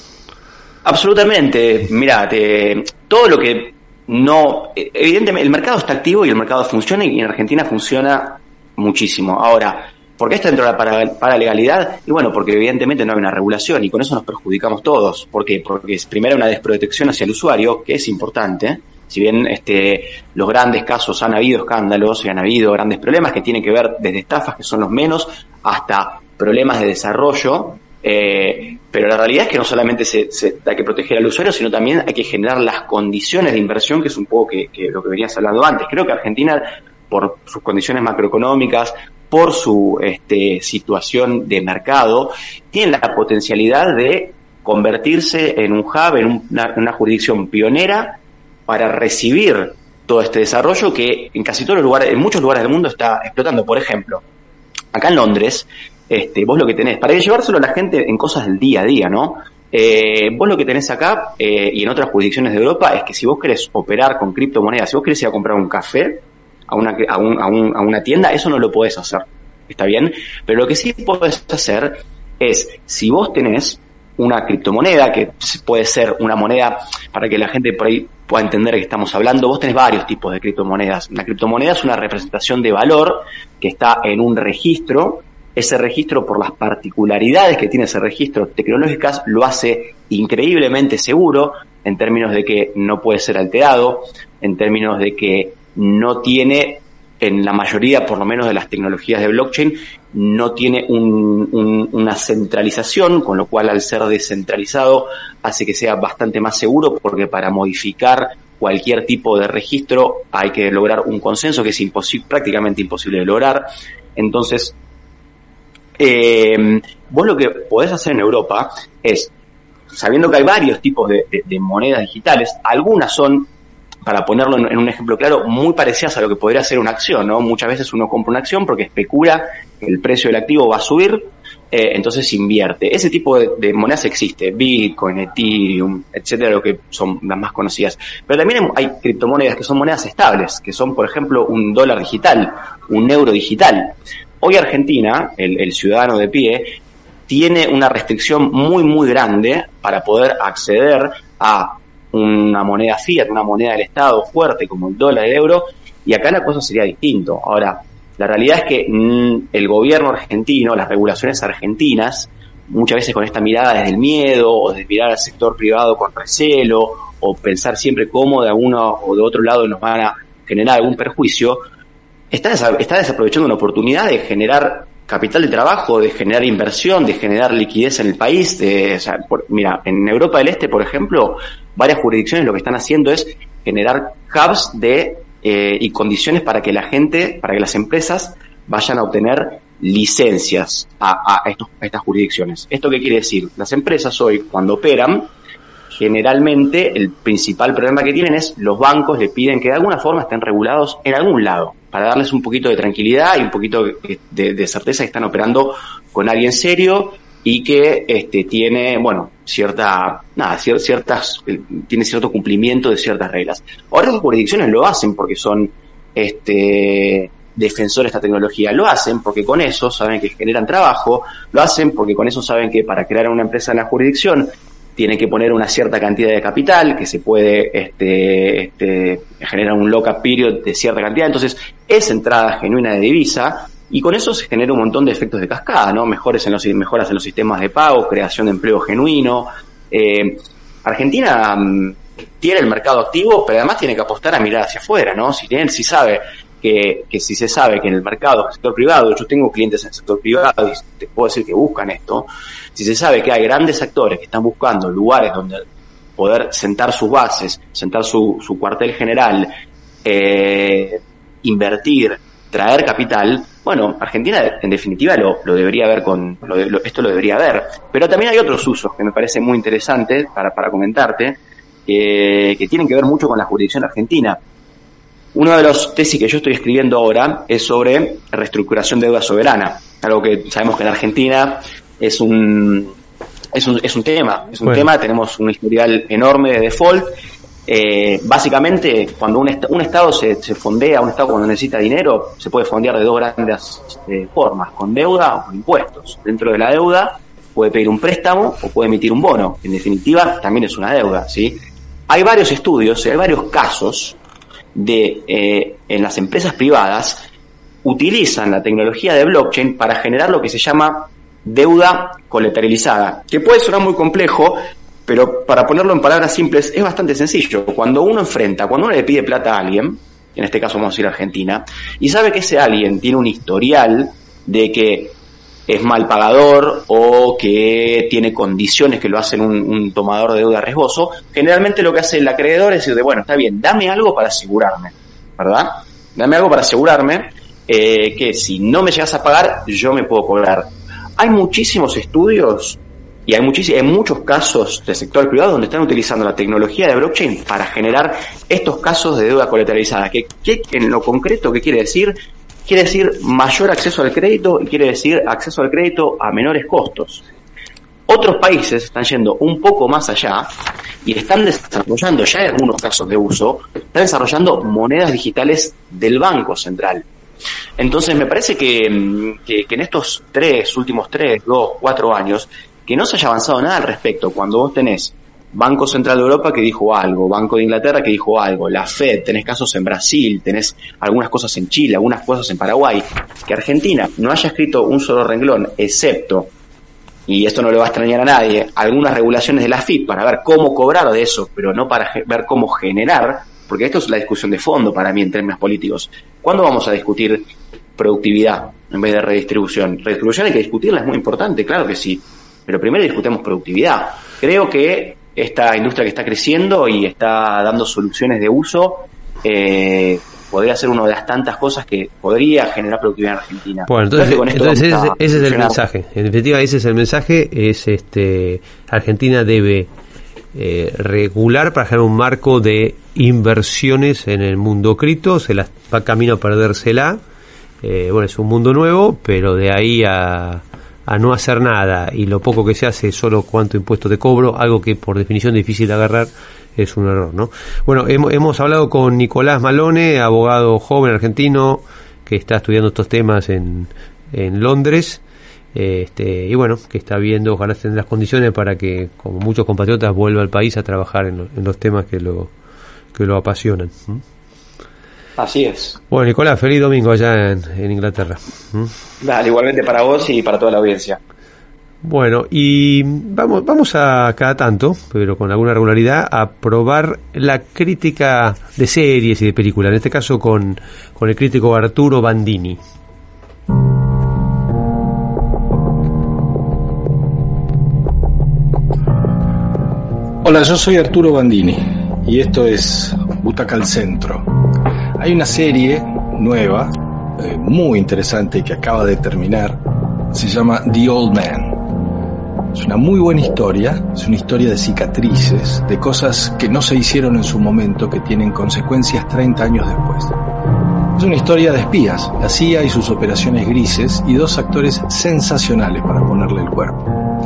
Absolutamente. Mirá, te, todo lo que no... Evidentemente, el mercado está activo y el mercado funciona, y en Argentina funciona muchísimo. Ahora, ¿por qué está dentro de la para, paralegalidad? Y bueno, porque evidentemente no hay una regulación, y con eso nos perjudicamos todos. ¿Por qué? Porque es primero una desprotección hacia el usuario, que es importante. Si bien este, los grandes casos han habido escándalos y han habido grandes problemas que tienen que ver desde estafas, que son los menos, hasta problemas de desarrollo. Eh, pero la realidad es que no solamente se, se hay que proteger al usuario, sino también hay que generar las condiciones de inversión, que es un poco que, que lo que venías hablando antes. Creo que Argentina, por sus condiciones macroeconómicas, por su este, situación de mercado, tiene la potencialidad de convertirse en un hub, en una, una jurisdicción pionera para recibir todo este desarrollo que en casi todos los lugares, en muchos lugares del mundo está explotando. Por ejemplo, acá en Londres, Este, vos lo que tenés, para llevárselo a la gente en cosas del día a día, ¿no? Eh, vos lo que tenés acá, eh, y en otras jurisdicciones de Europa, es que si vos querés operar con criptomonedas, si vos querés ir a comprar un café a una, a un, a un, a una tienda, eso no lo podés hacer, ¿está bien? Pero lo que sí podés hacer es, si vos tenés una criptomoneda, que puede ser una moneda, para que la gente por ahí pueda entender de qué estamos hablando, vos tenés varios tipos de criptomonedas. La criptomoneda es una representación de valor que está en un registro. Ese registro, por las particularidades que tiene ese registro tecnológicas, lo hace increíblemente seguro, en términos de que no puede ser alterado, en términos de que no tiene, en la mayoría por lo menos de las tecnologías de blockchain, no tiene un, un, una centralización, con lo cual al ser descentralizado hace que sea bastante más seguro, porque para modificar cualquier tipo de registro hay que lograr un consenso que es imposible, prácticamente imposible de lograr. Entonces, Eh, vos lo que podés hacer en Europa es, sabiendo que hay varios tipos de, de, de monedas digitales, algunas son, para ponerlo en, en un ejemplo claro, muy parecidas a lo que podría ser una acción, ¿no? Muchas veces uno compra una acción porque especula que el precio del activo va a subir, eh, entonces invierte. Ese tipo de, de monedas existe, Bitcoin, Ethereum, etcétera, lo que son las más conocidas. Pero también hay criptomonedas que son monedas estables, que son, por ejemplo, un dólar digital, un euro digital. Hoy Argentina, el, el ciudadano de pie, tiene una restricción muy, muy grande para poder acceder a una moneda fiat, una moneda del Estado fuerte como el dólar, el euro, y acá la cosa sería distinto. Ahora, la realidad es que mmm, el gobierno argentino, las regulaciones argentinas, muchas veces con esta mirada desde el miedo, o de mirar al sector privado con recelo, o pensar siempre cómo de uno o de otro lado nos van a generar algún perjuicio, Está, desa- está desaprovechando una oportunidad de generar capital de trabajo, de generar inversión, de generar liquidez en el país. De, o sea, por, mira, en Europa del Este, por ejemplo, varias jurisdicciones lo que están haciendo es generar hubs de eh, y condiciones para que la gente, para que las empresas vayan a obtener licencias a, a, estos, a estas jurisdicciones. ¿Esto qué quiere decir? Las empresas hoy, cuando operan, generalmente el principal problema que tienen es los bancos le piden que de alguna forma estén regulados en algún lado, para darles un poquito de tranquilidad y un poquito de, de, de certeza que están operando con alguien serio y que este, tiene, bueno, cierta, nada, cier, ciertas, eh, tiene cierto cumplimiento de ciertas reglas. Otras jurisdicciones lo hacen porque son, este, defensores de esta tecnología, lo hacen porque con eso saben que generan trabajo, lo hacen porque con eso saben que para crear una empresa en la jurisdicción tienen que poner una cierta cantidad de capital, que se puede, este, este, generar un lock-up period de cierta cantidad, entonces es entrada genuina de divisa, y con eso se genera un montón de efectos de cascada, ¿no? Mejores en los, mejoras en los sistemas de pago, creación de empleo genuino. Eh, Argentina um, tiene el mercado activo, pero además tiene que apostar a mirar hacia afuera, ¿no? Si tienen, si sabe que, que si se sabe que en el mercado del sector privado, yo tengo clientes en el sector privado y te puedo decir que buscan esto, si se sabe que hay grandes actores que están buscando lugares donde poder sentar sus bases, sentar su, su cuartel general, eh, invertir, traer capital, bueno, Argentina en definitiva lo, lo debería ver con, lo, lo, esto lo debería ver, pero también hay otros usos que me parecen muy interesantes para, para comentarte, eh, que tienen que ver mucho con la jurisdicción argentina. Uno de los tesis que yo estoy escribiendo ahora es sobre reestructuración de deuda soberana, algo que sabemos que en Argentina es un, es un, es un tema, es un bueno. tema, tenemos un historial enorme de default. Eh, básicamente, cuando un, est- un Estado se, se fondea, un Estado cuando necesita dinero, se puede fondear de dos grandes eh, formas, con deuda o con impuestos. Dentro de la deuda puede pedir un préstamo o puede emitir un bono. En definitiva, también es una deuda, ¿sí? Hay varios estudios, hay varios casos de, eh, en las empresas privadas, utilizan la tecnología de blockchain para generar lo que se llama deuda colateralizada, que puede sonar muy complejo, pero para ponerlo en palabras simples es bastante sencillo. Cuando uno enfrenta, cuando uno le pide plata a alguien, en este caso vamos a ir a Argentina, y sabe que ese alguien tiene un historial de que es mal pagador o que tiene condiciones que lo hacen un, un tomador de deuda riesgoso, generalmente lo que hace el acreedor es decir, bueno, está bien, dame algo para asegurarme, ¿verdad? Dame algo para asegurarme eh, que si no me llegas a pagar, yo me puedo cobrar. Hay muchísimos estudios y hay, muchísimos, hay muchos casos del sector privado donde están utilizando la tecnología de blockchain para generar estos casos de deuda colateralizada. ¿Qué, qué, en lo concreto, qué quiere decir? Quiere decir mayor acceso al crédito y quiere decir acceso al crédito a menores costos. Otros países están yendo un poco más allá y están desarrollando, ya en algunos casos de uso, están desarrollando monedas digitales del Banco Central. Entonces me parece que, que, que en estos tres, últimos tres, dos, cuatro años, que no se haya avanzado nada al respecto. Cuando vos tenés Banco Central de Europa que dijo algo, Banco de Inglaterra que dijo algo, la Fed, tenés casos en Brasil, tenés algunas cosas en Chile, algunas cosas en Paraguay, que Argentina no haya escrito un solo renglón, excepto, y esto no le va a extrañar a nadie, algunas regulaciones de la F I P para ver cómo cobrar de eso, pero no para ge- ver cómo generar, porque esto es la discusión de fondo para mí en términos políticos. ¿Cuándo vamos a discutir productividad en vez de redistribución? Redistribución hay que discutirla, es muy importante, claro que sí, pero primero discutamos productividad. Creo que esta industria que está creciendo y está dando soluciones de uso eh, podría ser una de las tantas cosas que podría generar productividad en Argentina. Bueno, entonces, entonces ese, ese es el mensaje. En definitiva, ese es el mensaje. Es este Argentina debe eh, regular para generar un marco de inversiones en el mundo cripto. Se las va camino a perdérsela. Eh, bueno, es un mundo nuevo, pero de ahí a a no hacer nada y lo poco que se hace es solo cuánto impuesto te cobro, algo que por definición es difícil de agarrar, es un error, ¿no? Bueno, hemos, hemos hablado con Nicolás Malone, abogado joven argentino que está estudiando estos temas en, en Londres, este, y bueno, que está viendo, ojalá tener las condiciones para que, como muchos compatriotas, vuelva al país a trabajar en, lo, en los temas que lo, que lo apasionan. ¿Mm? Así es. Bueno, Nicolás, feliz domingo allá en, en Inglaterra. ¿Mm? Dale, igualmente para vos y para toda la audiencia. Bueno, y vamos vamos a cada tanto, pero con alguna regularidad, a probar la crítica de series y de películas, en este caso con, con el crítico Arturo Bandini. Hola, yo soy Arturo Bandini y esto es Butaca al Centro. Hay una serie nueva, eh, muy interesante, que acaba de terminar. Se llama The Old Man. Es una muy buena historia, es una historia de cicatrices, de cosas que no se hicieron en su momento, que tienen consecuencias treinta años después. Es una historia de espías, la C I A y sus operaciones grises, y dos actores sensacionales para ponerle el cuerpo.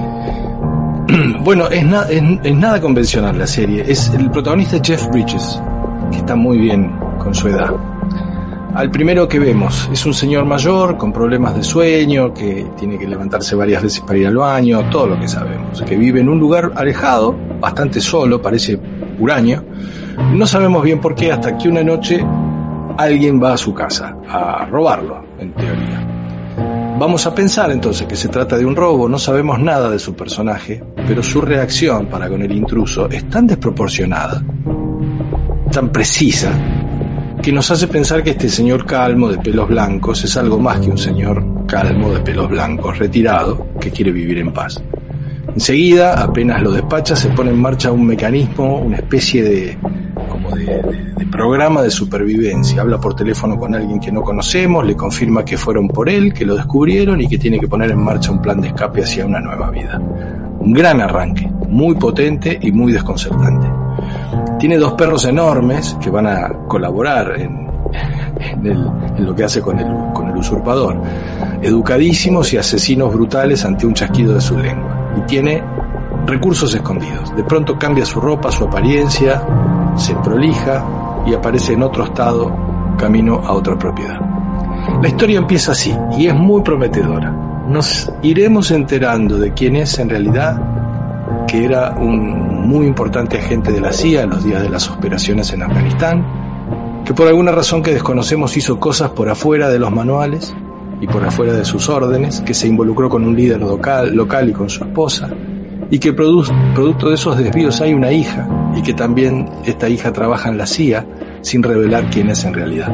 Bueno, es, na- es, es nada convencional la serie. Es el protagonista es Jeff Bridges, que está muy bien con su edad. Al primero que vemos es un señor mayor con problemas de sueño, que tiene que levantarse varias veces para ir al baño, todo lo que sabemos, que vive en un lugar alejado, bastante solo, parece huraño. No sabemos bien por qué, hasta que una noche alguien va a su casa a robarlo, en teoría. Vamos a pensar entonces que se trata de un robo, no sabemos nada de su personaje, pero su reacción para con el intruso es tan desproporcionada, tan precisa, que nos hace pensar que este señor calmo de pelos blancos es algo más que un señor calmo de pelos blancos retirado que quiere vivir en paz. Enseguida, apenas lo despacha, se pone en marcha un mecanismo, una especie de como de, de, de programa de supervivencia. Habla por teléfono con alguien que no conocemos, le confirma que fueron por él, que lo descubrieron y que tiene que poner en marcha un plan de escape hacia una nueva vida. Un gran arranque, muy potente y muy desconcertante. Tiene dos perros enormes que van a colaborar en, en, el, en lo que hace con el, con el usurpador, educadísimos y asesinos brutales ante un chasquido de su lengua. Y tiene recursos escondidos. De pronto cambia su ropa, su apariencia, se prolija y aparece en otro estado, camino a otra propiedad. La historia empieza así y es muy prometedora. Nos iremos enterando de quién es en realidad, que era un muy importante agente de la C I A en los días de las operaciones en Afganistán, que por alguna razón que desconocemos hizo cosas por afuera de los manuales y por afuera de sus órdenes, que se involucró con un líder local, local y con su esposa, y que produ- producto de esos desvíos hay una hija, y que también esta hija trabaja en la C I A sin revelar quién es en realidad.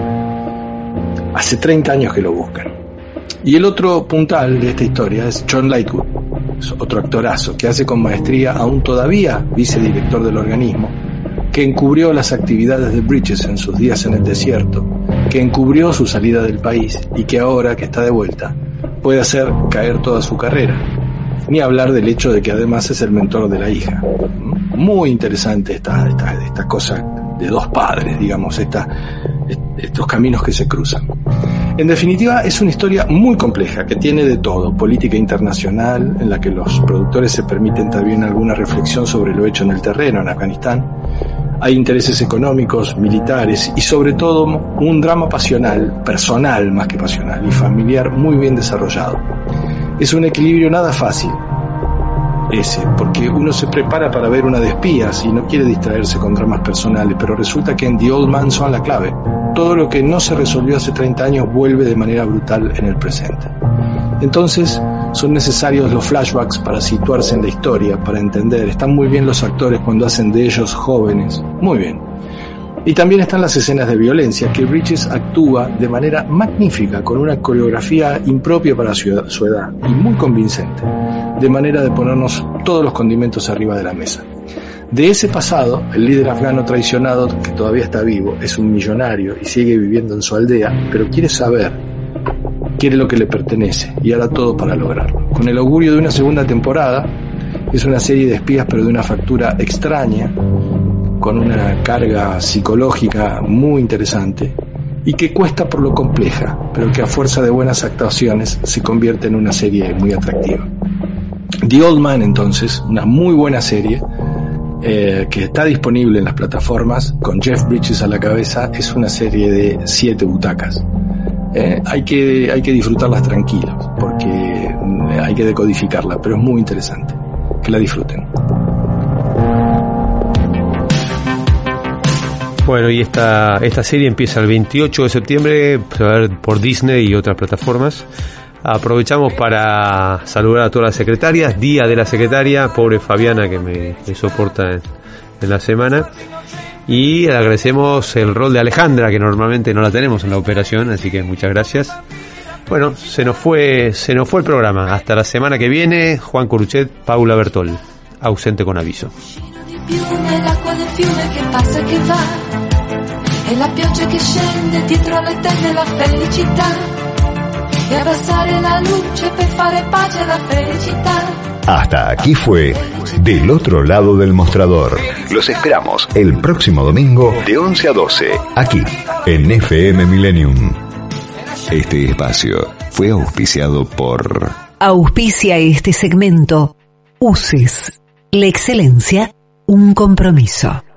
Hace treinta años que lo buscan. Y el otro puntal de esta historia es John Lightwood, otro actorazo que hace con maestría a un todavía vicedirector del organismo, que encubrió las actividades de Bridges en sus días en el desierto, que encubrió su salida del país y que ahora que está de vuelta puede hacer caer toda su carrera. Ni hablar del hecho de que además es el mentor de la hija. Muy interesante esta, esta, esta cosa de dos padres, digamos, esta, estos caminos que se cruzan. En definitiva, es una historia muy compleja que tiene de todo: política internacional, en la que los productores se permiten también alguna reflexión sobre lo hecho en el terreno en Afganistán. Hay intereses económicos, militares y sobre todo un drama pasional, personal más que pasional, y familiar muy bien desarrollado. Es un equilibrio nada fácil ese, porque uno se prepara para ver una de espías y no quiere distraerse con dramas personales, pero resulta que en The Old Man son la clave. Todo lo que no se resolvió hace treinta años vuelve de manera brutal en el presente. Entonces, son necesarios los flashbacks para situarse en la historia, para entender. Están muy bien los actores cuando hacen de ellos jóvenes, muy bien. Y también están las escenas de violencia, que Bridges actúa de manera magnífica, con una coreografía impropia para su edad, su edad y muy convincente, de manera de ponernos todos los condimentos arriba de la mesa. De ese pasado, el líder afgano traicionado, que todavía está vivo, es un millonario y sigue viviendo en su aldea, pero quiere saber, quiere lo que le pertenece y hará todo para lograrlo. Con el augurio de una segunda temporada, es una serie de espías pero de una factura extraña, con una carga psicológica muy interesante y que cuesta por lo compleja, pero que a fuerza de buenas actuaciones se convierte en una serie muy atractiva. The Old Man, entonces, una muy buena serie eh, que está disponible en las plataformas con Jeff Bridges a la cabeza. Es una serie de siete butacas. Eh, hay que hay que disfrutarlas tranquilos porque hay que decodificarla, pero es muy interesante. Que la disfruten. Bueno, y esta, esta serie empieza el veintiocho de septiembre, se va a ver por Disney y otras plataformas. Aprovechamos para saludar a todas las secretarias, Día de la Secretaria, pobre Fabiana que me, me soporta en, en la semana. Y agradecemos el rol de Alejandra, que normalmente no la tenemos en la operación, así que muchas gracias. Bueno, se nos fue, se nos fue el programa. Hasta la semana que viene, Juan Coruchet, Paula Bertol, ausente con aviso. Piume, l'acqua del fiume che passa e che va, e la pioggia che scende dietro le tende la felicità, e abbassare la luce per fare pace alla felicità. Hasta aquí fue Del Otro Lado del Mostrador. Los esperamos el próximo domingo de once a doce, aquí en F M Millennium. Este espacio fue auspiciado por... Auspicia este segmento U C E S, La excelencia, un compromiso.